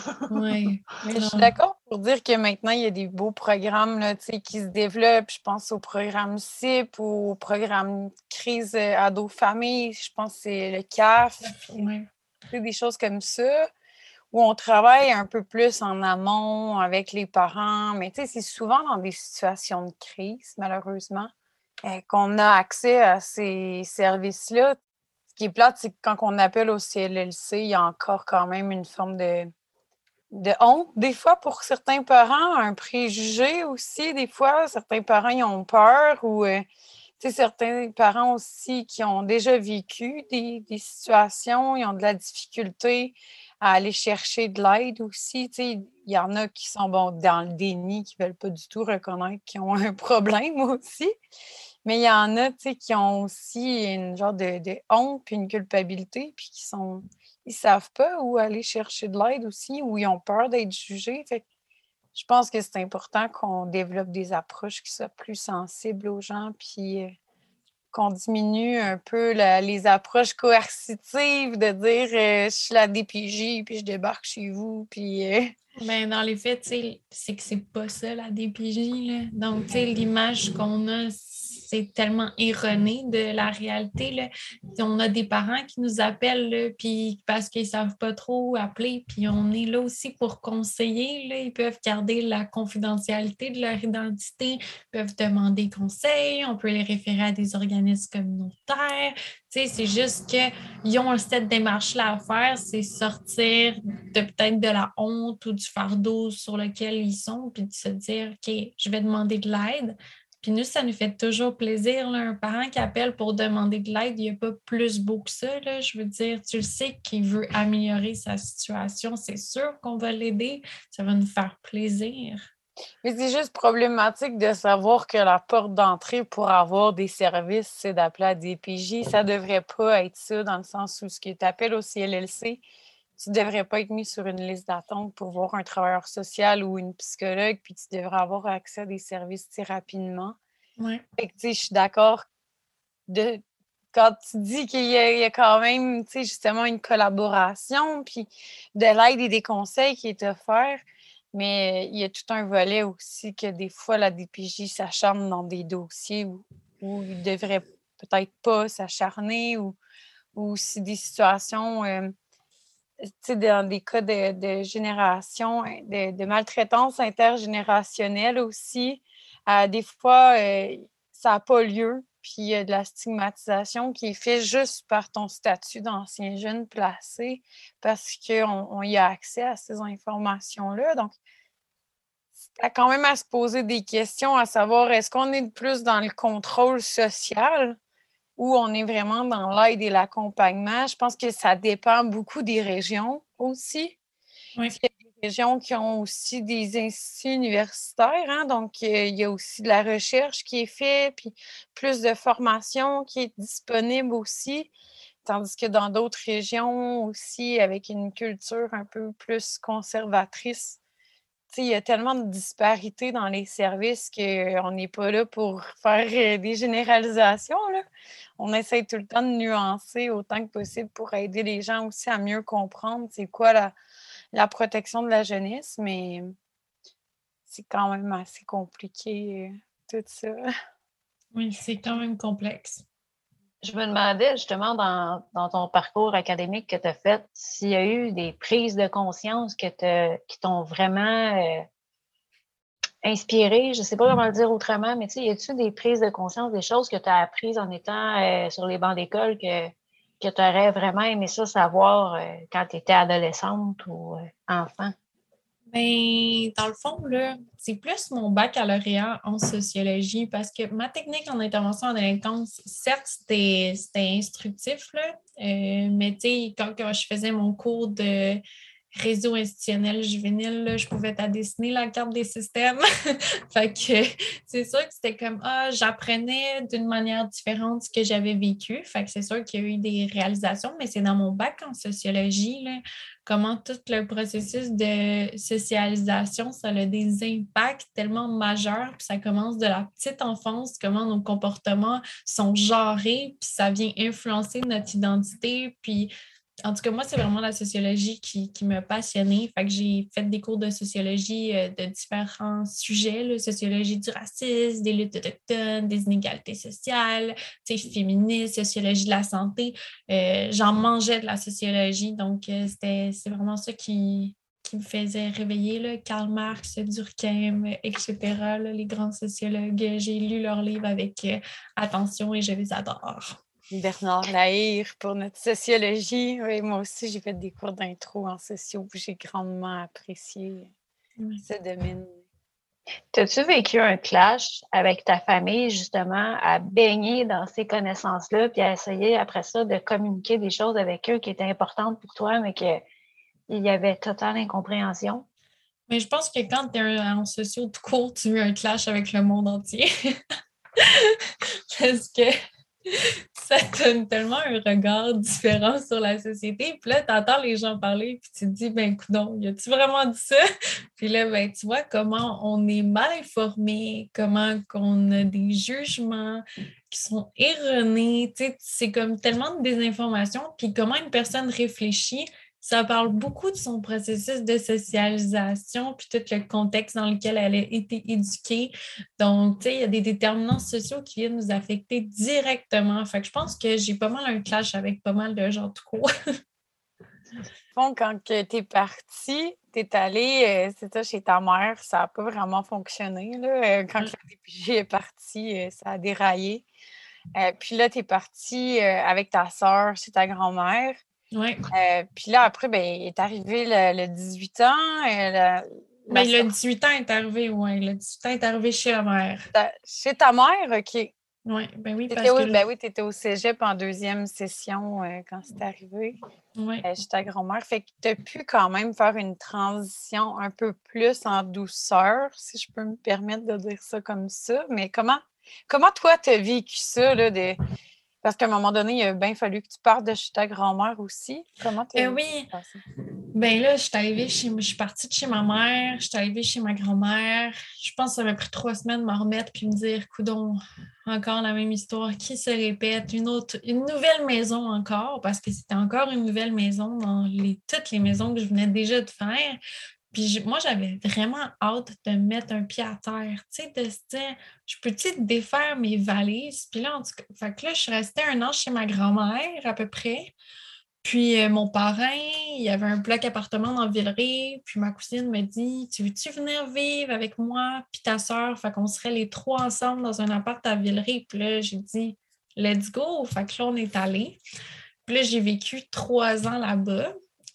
Oui. Mais je suis d'accord pour dire que maintenant, il y a des beaux programmes là, qui se développent. Je pense au programme C I P ou au programme crise ado-famille. Je pense que c'est le C A F. Oui. C'est des choses comme ça où on travaille un peu plus en amont avec les parents. Mais tu sais, c'est souvent dans des situations de crise, malheureusement, euh, qu'on a accès à ces services-là. Ce qui est plate, c'est que quand on appelle au C L L C, il y a encore quand même une forme de, de honte, des fois, pour certains parents, un préjugé aussi, des fois. Certains parents, ils ont peur ou, euh, tu sais, certains parents aussi qui ont déjà vécu des, des situations, ils ont de la difficulté à aller chercher de l'aide aussi. Tu sais, il y en a qui sont bon, dans le déni, qui ne veulent pas du tout reconnaître qu'ils ont un problème aussi. Mais il y en a, tu sais, qui ont aussi une genre de, de honte puis une culpabilité, puis qui sont, ils savent pas où aller chercher de l'aide aussi, ou ils ont peur d'être jugés. Fait que je pense que c'est important qu'on développe des approches qui soient plus sensibles aux gens, puis euh, qu'on diminue un peu la- les approches coercitives de dire euh, je suis la D P J, puis je débarque chez vous, puis... euh, Ben, dans les faits, tu sais, c'est que c'est pas ça la D P J, là. Donc, tu sais, l'image qu'on a, c'est tellement erroné de la réalité, là. On a des parents qui nous appellent, là, puis parce qu'ils savent pas trop appeler, puis on est là aussi pour conseiller, là. Ils peuvent garder la confidentialité de leur identité, ils peuvent demander conseil, on peut les référer à des organismes communautaires. Tu sais, c'est juste qu'ils ont cette démarche-là à faire, c'est sortir de peut-être de la honte ou du fardeau sur lequel ils sont, puis de se dire, OK, je vais demander de l'aide. Puis nous, ça nous fait toujours plaisir, là, un parent qui appelle pour demander de l'aide, il n'y a pas plus beau que ça, là. Je veux dire, tu le sais qu'il veut améliorer sa situation, c'est sûr qu'on va l'aider, ça va nous faire plaisir. Mais c'est juste problématique de savoir que la porte d'entrée pour avoir des services, c'est d'appeler à D P J. Ça devrait pas être ça, dans le sens où ce que tu appelles au C L L C, tu ne devrais pas être mis sur une liste d'attente pour voir un travailleur social ou une psychologue, puis tu devrais avoir accès à des services très rapidement. Ouais. Fait que, tu sais, je suis d'accord de quand tu dis qu'il y a, il y a quand même, tu sais, justement une collaboration, puis de l'aide et des conseils qui est offert, mais il y a tout un volet aussi que des fois, la D P J s'acharne dans des dossiers où, où il ne devrait peut-être pas s'acharner ou, ou si des situations, euh, tu sais, dans des cas de, de génération, de, de maltraitance intergénérationnelle aussi, euh, des fois, euh, ça n'a pas lieu. Puis il y a de la stigmatisation qui est faite juste par ton statut d'ancien jeune placé parce qu'on on y a accès à ces informations-là. Donc, a quand même à se poser des questions, à savoir, est-ce qu'on est plus dans le contrôle social ou on est vraiment dans l'aide et l'accompagnement? Je pense que ça dépend beaucoup des régions aussi. Oui. Il y a des régions qui ont aussi des instituts universitaires, hein, donc euh, il y a aussi de la recherche qui est faite, puis plus de formation qui est disponible aussi. Tandis que dans d'autres régions aussi, avec une culture un peu plus conservatrice, il y a tellement de disparités dans les services qu'on n'est pas là pour faire des généralisations, là. On essaie tout le temps de nuancer autant que possible pour aider les gens aussi à mieux comprendre c'est quoi la, la protection de la jeunesse, mais c'est quand même assez compliqué, tout ça. Oui, c'est quand même complexe. Je me demandais justement dans, dans ton parcours académique que tu as fait, s'il y a eu des prises de conscience que qui t'ont vraiment euh, inspiré, je ne sais pas comment le dire autrement, mais tu sais, y a-t-il des prises de conscience, des choses que tu as apprises en étant euh, sur les bancs d'école que, que tu aurais vraiment aimé ça savoir euh, quand tu étais adolescente ou euh, enfant? Ben, dans le fond, là, c'est plus mon baccalauréat en sociologie parce que ma technique en intervention en délinquance, certes, c'était, c'était instructif, là, euh, mais tu sais, quand, quand je faisais mon cours de réseau institutionnel juvénile, là, je pouvais t'à dessiner la carte des systèmes. Fait que c'est sûr que c'était comme, ah, j'apprenais d'une manière différente ce que j'avais vécu. Fait que c'est sûr qu'il y a eu des réalisations, mais c'est dans mon bac en sociologie, là, comment tout le processus de socialisation, ça a des impacts tellement majeurs, puis ça commence de la petite enfance, comment nos comportements sont genrés, puis ça vient influencer notre identité, puis en tout cas, moi, c'est vraiment la sociologie qui, qui m'a passionnée. Fait que j'ai fait des cours de sociologie euh, de différents sujets, là, sociologie du racisme, des luttes autochtones, des inégalités sociales, féministes, sociologie de la santé. Euh, j'en mangeais de la sociologie, donc euh, c'était, c'est vraiment ça qui, qui me faisait réveiller, là. Karl Marx, Durkheim, et cetera, là, les grands sociologues. J'ai lu leurs livres avec euh, attention et je les adore. Bernard Lahire pour notre sociologie. Oui, moi aussi, j'ai fait des cours d'intro en socio, puis j'ai grandement apprécié oui. ce domaine. T'as-tu vécu un clash avec ta famille, justement, à baigner dans ces connaissances-là, puis à essayer, après ça, de communiquer des choses avec eux qui étaient importantes pour toi, mais qu'il y avait totale incompréhension? Mais je pense que quand tu es en socio tout court, tu as un clash avec le monde entier. Parce que ça donne tellement un regard différent sur la société. Puis là, tu entends les gens parler, puis tu te dis, ben, coudonc, y a-tu vraiment dit ça? Puis là, ben, tu vois comment on est mal informé, comment qu'on a des jugements qui sont erronés. Tu sais, c'est comme tellement de désinformation. Puis comment une personne réfléchit, ça parle beaucoup de son processus de socialisation, puis tout le contexte dans lequel elle a été éduquée. Donc, tu sais, il y a des déterminants sociaux qui viennent nous affecter directement. Fait que je pense que j'ai pas mal un clash avec pas mal de gens tout court. Bon, quand tu es partie, tu es allée, euh, c'est ça, chez ta mère, ça n'a pas vraiment fonctionné, là. Quand la D P J est partie, ça a déraillé. Euh, puis là, tu es partie euh, avec ta sœur chez ta grand-mère. Oui. Euh, puis là, après, ben, il est arrivé le, le dix-huit ans. Euh, la, Mais la... le dix-huit ans est arrivé, oui. Le dix-huit ans est arrivé chez la mère. Ta, chez ta mère, OK. Oui, ben oui, parce parce que... que... Ben oui, tu étais au cégep en deuxième session euh, quand c'est arrivé. Oui. Euh, chez ta grand-mère. Fait que tu as pu quand même faire une transition un peu plus en douceur, si je peux me permettre de dire ça comme ça. Mais comment, comment toi, tu as vécu ça, là, de... Parce qu'à un moment donné, il a bien fallu que tu partes de chez ta grand-mère aussi. Comment tu as euh, oui. Ben là, je suis arrivée chez... je suis partie de chez ma mère, je suis arrivée chez ma grand-mère. Je pense que ça m'a pris trois semaines de me remettre puis me dire, coudonc, encore la même histoire qui se répète, une autre, une nouvelle maison encore, parce que c'était encore une nouvelle maison dans les, toutes les maisons que je venais déjà de faire. Puis je, moi, j'avais vraiment hâte de mettre un pied à terre, tu sais, de se dire, je peux-tu défaire mes valises? Puis là, en tout cas, fait que là, je suis restée un an chez ma grand-mère à peu près. Puis euh, mon parrain, il y avait un bloc appartement dans Villeray. Puis ma cousine me dit, tu veux-tu venir vivre avec moi puis ta soeur? Fait qu'on serait les trois ensemble dans un appart à Villeray. Puis là, j'ai dit, let's go. Fait que là, on est allés. Puis là, j'ai vécu trois ans là-bas.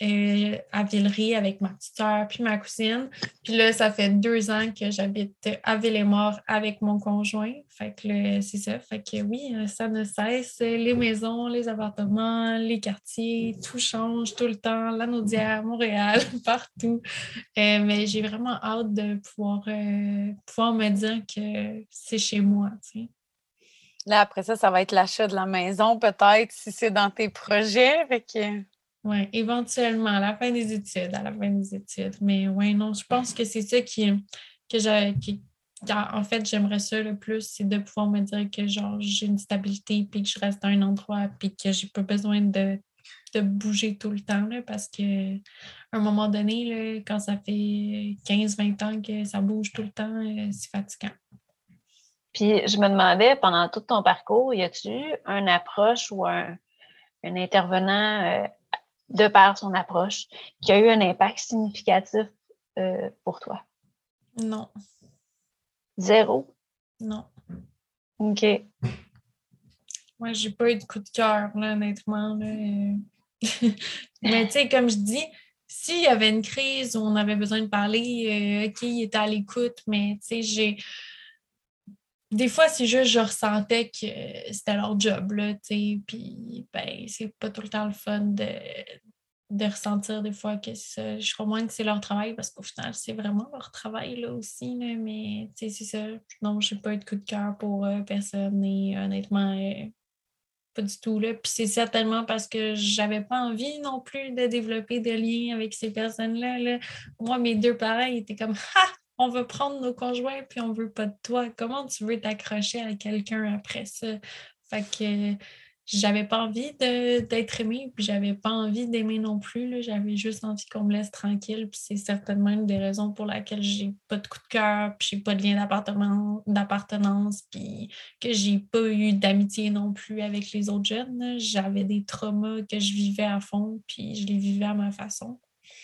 euh, à Villeray avec ma petite soeur puis ma cousine. Puis là, ça fait deux ans que j'habite à Ville-et-Mort avec mon conjoint. Fait que là, c'est ça. Fait que oui, ça ne cesse. Les maisons, les appartements, les quartiers, tout change tout le temps. La Naudière, Montréal, partout. Euh, mais j'ai vraiment hâte de pouvoir, euh, pouvoir me dire que c'est chez moi, tu sais. Là, après ça, ça va être l'achat de la maison, peut-être, si c'est dans tes projets. Fait que... Oui, éventuellement, à la fin des études, à la fin des études. Mais oui, non, je pense que c'est ça qui, que j'ai, qui, en fait, j'aimerais ça le plus, c'est de pouvoir me dire que genre j'ai une stabilité, puis que je reste à un endroit, puis que j'ai pas besoin de, de bouger tout le temps, là, parce que à un moment donné, là, quand ça fait quinze vingt ans que ça bouge tout le temps, euh, c'est fatigant. Puis je me demandais, pendant tout ton parcours, y a-tu eu une approche ou un, un intervenant, euh, de par son approche, qui a eu un impact significatif euh, pour toi? Non. Zéro? Non. OK. Moi, j'ai pas eu de coup de cœur, là, honnêtement. Là. Mais tu sais, comme je dis, s'il y avait une crise où on avait besoin de parler, euh, OK, il était à l'écoute, mais tu sais, j'ai. Des fois, c'est juste, je ressentais que c'était leur job, là, tu sais, puis, ben, c'est pas tout le temps le fun de, de ressentir des fois que ça, je comprends que c'est leur travail parce qu'au final, c'est vraiment leur travail, là, aussi, là, mais, tu sais, c'est ça. Non, j'ai pas eu de coup de cœur pour euh, personne et honnêtement, euh, pas du tout, là. Puis c'est certainement parce que j'avais pas envie non plus de développer des liens avec ces personnes-là, là. Moi, mes deux parents ils étaient comme « Ha! On veut prendre nos conjoints puis on veut pas de toi. Comment tu veux t'accrocher à quelqu'un après ça? » Fait que j'avais pas envie de, d'être aimée puis j'avais pas envie d'aimer non plus, là. J'avais juste envie qu'on me laisse tranquille puis c'est certainement une des raisons pour laquelle j'ai pas de coup de cœur puis j'ai pas de lien d'appartement, d'appartenance puis que j'ai pas eu d'amitié non plus avec les autres jeunes, là. J'avais des traumas que je vivais à fond puis je les vivais à ma façon.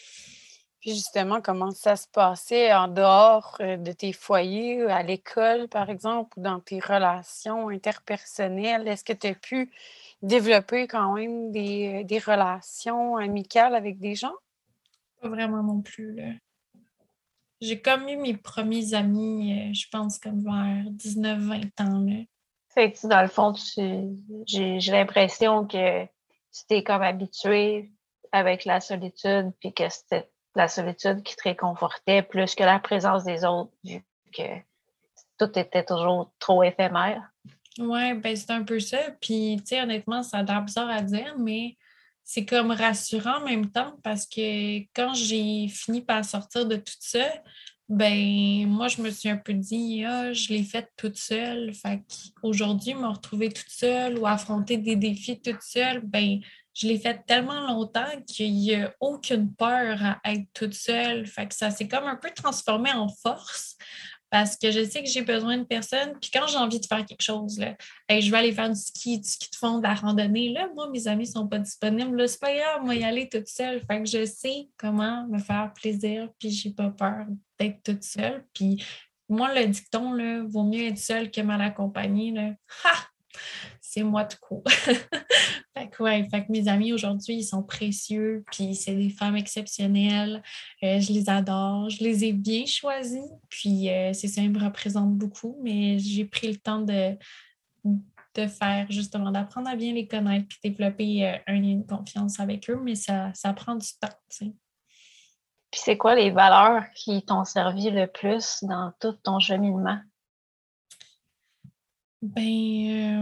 Puis justement, comment ça se passait en dehors euh, de tes foyers, à l'école, par exemple, ou dans tes relations interpersonnelles? Est-ce que tu as pu développer quand même des, des relations amicales avec des gens? Pas vraiment non plus, là. J'ai comme eu mes premiers amis, euh, je pense, comme vers dix-neuf vingt ans, là. Fait que, dans le fond, tu, j'ai, j'ai l'impression que tu t'es comme habitué avec la solitude, puis que c'était la solitude qui te réconfortait plus que la présence des autres, vu que tout était toujours trop éphémère. Ouais, ben c'est un peu ça. Puis, tu sais, honnêtement, ça a l'air bizarre à dire, mais c'est comme rassurant en même temps parce que quand j'ai fini par sortir de tout ça, ben moi, je me suis un peu dit, ah, je l'ai faite toute seule. Fait qu'aujourd'hui, me retrouver toute seule ou affronter des défis toute seule, ben je l'ai fait tellement longtemps qu'il n'y a aucune peur à être toute seule. Fait que ça s'est comme un peu transformé en force parce que je sais que j'ai besoin de personnes. Puis quand j'ai envie de faire quelque chose, là, hey, je vais aller faire du ski, du ski de fond, de la randonnée. Là, moi, mes amis ne sont pas disponibles. Là, c'est pas grave, moi, y aller toute seule. Fait que je sais comment me faire plaisir, puis j'ai pas peur d'être toute seule. Puis moi, le dicton, là, vaut mieux être seule que mal accompagnée. Là. Ha! C'est moi tout court. Fait que, ouais, fait que mes amis aujourd'hui, ils sont précieux, puis c'est des femmes exceptionnelles. Euh, je les adore, je les ai bien choisies, puis euh, c'est ça, ils me représentent beaucoup, mais j'ai pris le temps de, de faire, justement, d'apprendre à bien les connaître, puis développer euh, un lien de confiance avec eux, mais ça, ça prend du temps, tu sais. Puis c'est quoi les valeurs qui t'ont servi le plus dans tout ton cheminement? Ben, euh,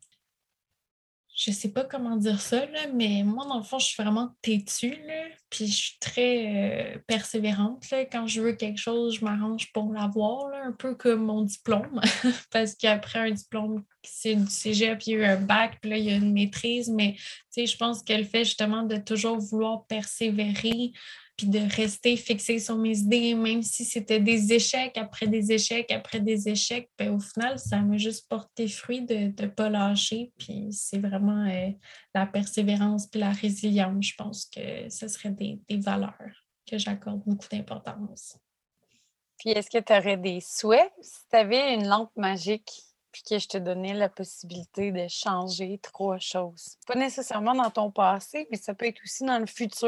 je sais pas comment dire ça, là, mais moi, dans le fond, je suis vraiment têtue, là, puis je suis très euh, persévérante, là. Quand je veux quelque chose, je m'arrange pour l'avoir, là, un peu comme mon diplôme, parce qu'après un diplôme, c'est du cégep, il y a eu un bac, puis là, il y a une maîtrise, mais tu sais, je pense qu'elle fait justement de toujours vouloir persévérer, puis de rester fixée sur mes idées, même si c'était des échecs après des échecs après des échecs, ben, au final, ça m'a juste porté fruit de ne pas lâcher. Puis c'est vraiment euh, la persévérance puis la résilience, je pense que ce serait des, des valeurs que j'accorde beaucoup d'importance. Puis est-ce que tu aurais des souhaits si tu avais une lampe magique puis que je te donnais la possibilité de changer trois choses? Pas nécessairement dans ton passé, mais ça peut être aussi dans le futur.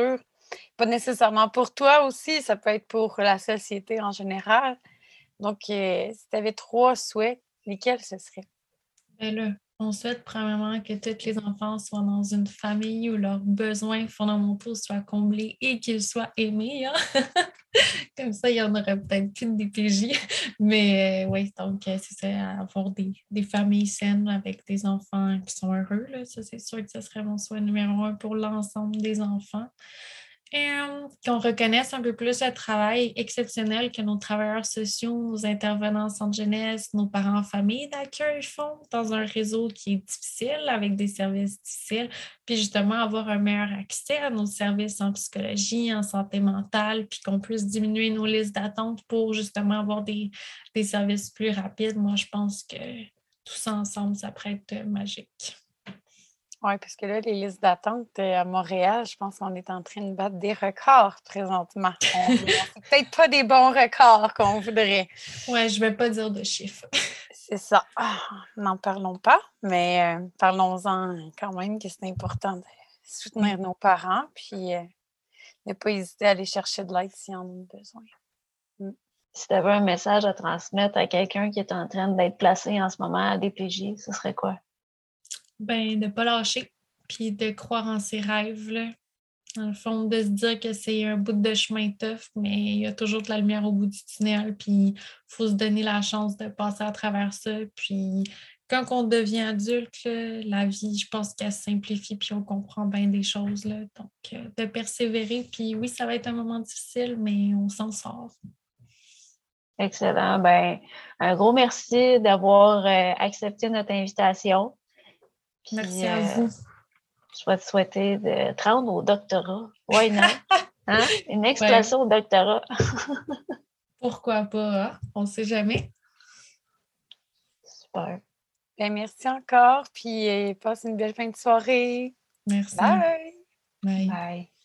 pas nécessairement pour toi aussi, ça peut être pour la société en général. Donc, euh, si tu avais trois souhaits, lesquels ce seraient? Ben là, on souhaite premièrement que tous les enfants soient dans une famille où leurs besoins fondamentaux soient comblés et qu'ils soient aimés, hein? Comme ça, il y en aurait peut-être plus de D P J. Mais euh, oui, donc euh, c'est ça, avoir des, des familles saines avec des enfants qui sont heureux, là. Ça, c'est sûr que ce serait mon souhait numéro un pour l'ensemble des enfants. Et euh, qu'on reconnaisse un peu plus le travail exceptionnel que nos travailleurs sociaux, nos intervenants en centre jeunesse, nos parents en famille d'accueil font dans un réseau qui est difficile, avec des services difficiles, puis justement avoir un meilleur accès à nos services en psychologie, en santé mentale, puis qu'on puisse diminuer nos listes d'attente pour justement avoir des, des services plus rapides. Moi, je pense que tout ça ensemble, ça pourrait être magique. Oui, parce que là, les listes d'attente euh, à Montréal, je pense qu'on est en train de battre des records présentement. On ne fait peut-être pas des bons records qu'on voudrait. Oui, je ne vais pas dire de chiffres. C'est ça. Ah, n'en parlons pas, mais euh, parlons-en quand même que c'est important de soutenir nos parents, puis euh, ne pas hésiter à aller chercher de l'aide s'ils en ont besoin. Mm. Si tu avais un message à transmettre à quelqu'un qui est en train d'être placé en ce moment à D P J, ce serait quoi? Ben, de ne pas lâcher, puis de croire en ses rêves, là. Dans le fond, de se dire que c'est un bout de chemin tough, mais il y a toujours de la lumière au bout du tunnel, puis il faut se donner la chance de passer à travers ça. Puis quand on devient adulte, là, la vie, je pense qu'elle se simplifie, puis on comprend bien des choses, là. Donc, euh, de persévérer, puis oui, ça va être un moment difficile, mais on s'en sort. Excellent. Ben, un gros merci d'avoir euh, accepté notre invitation. Puis, Merci à euh, vous. Je vais te souhaiter de te rendre au doctorat. Why not? Hein? Une explosion Ouais. au doctorat. Pourquoi pas? Hein? On ne sait jamais. Super. Ben, merci encore, puis euh, passe une belle fin de soirée. Merci. Bye! Bye. Bye.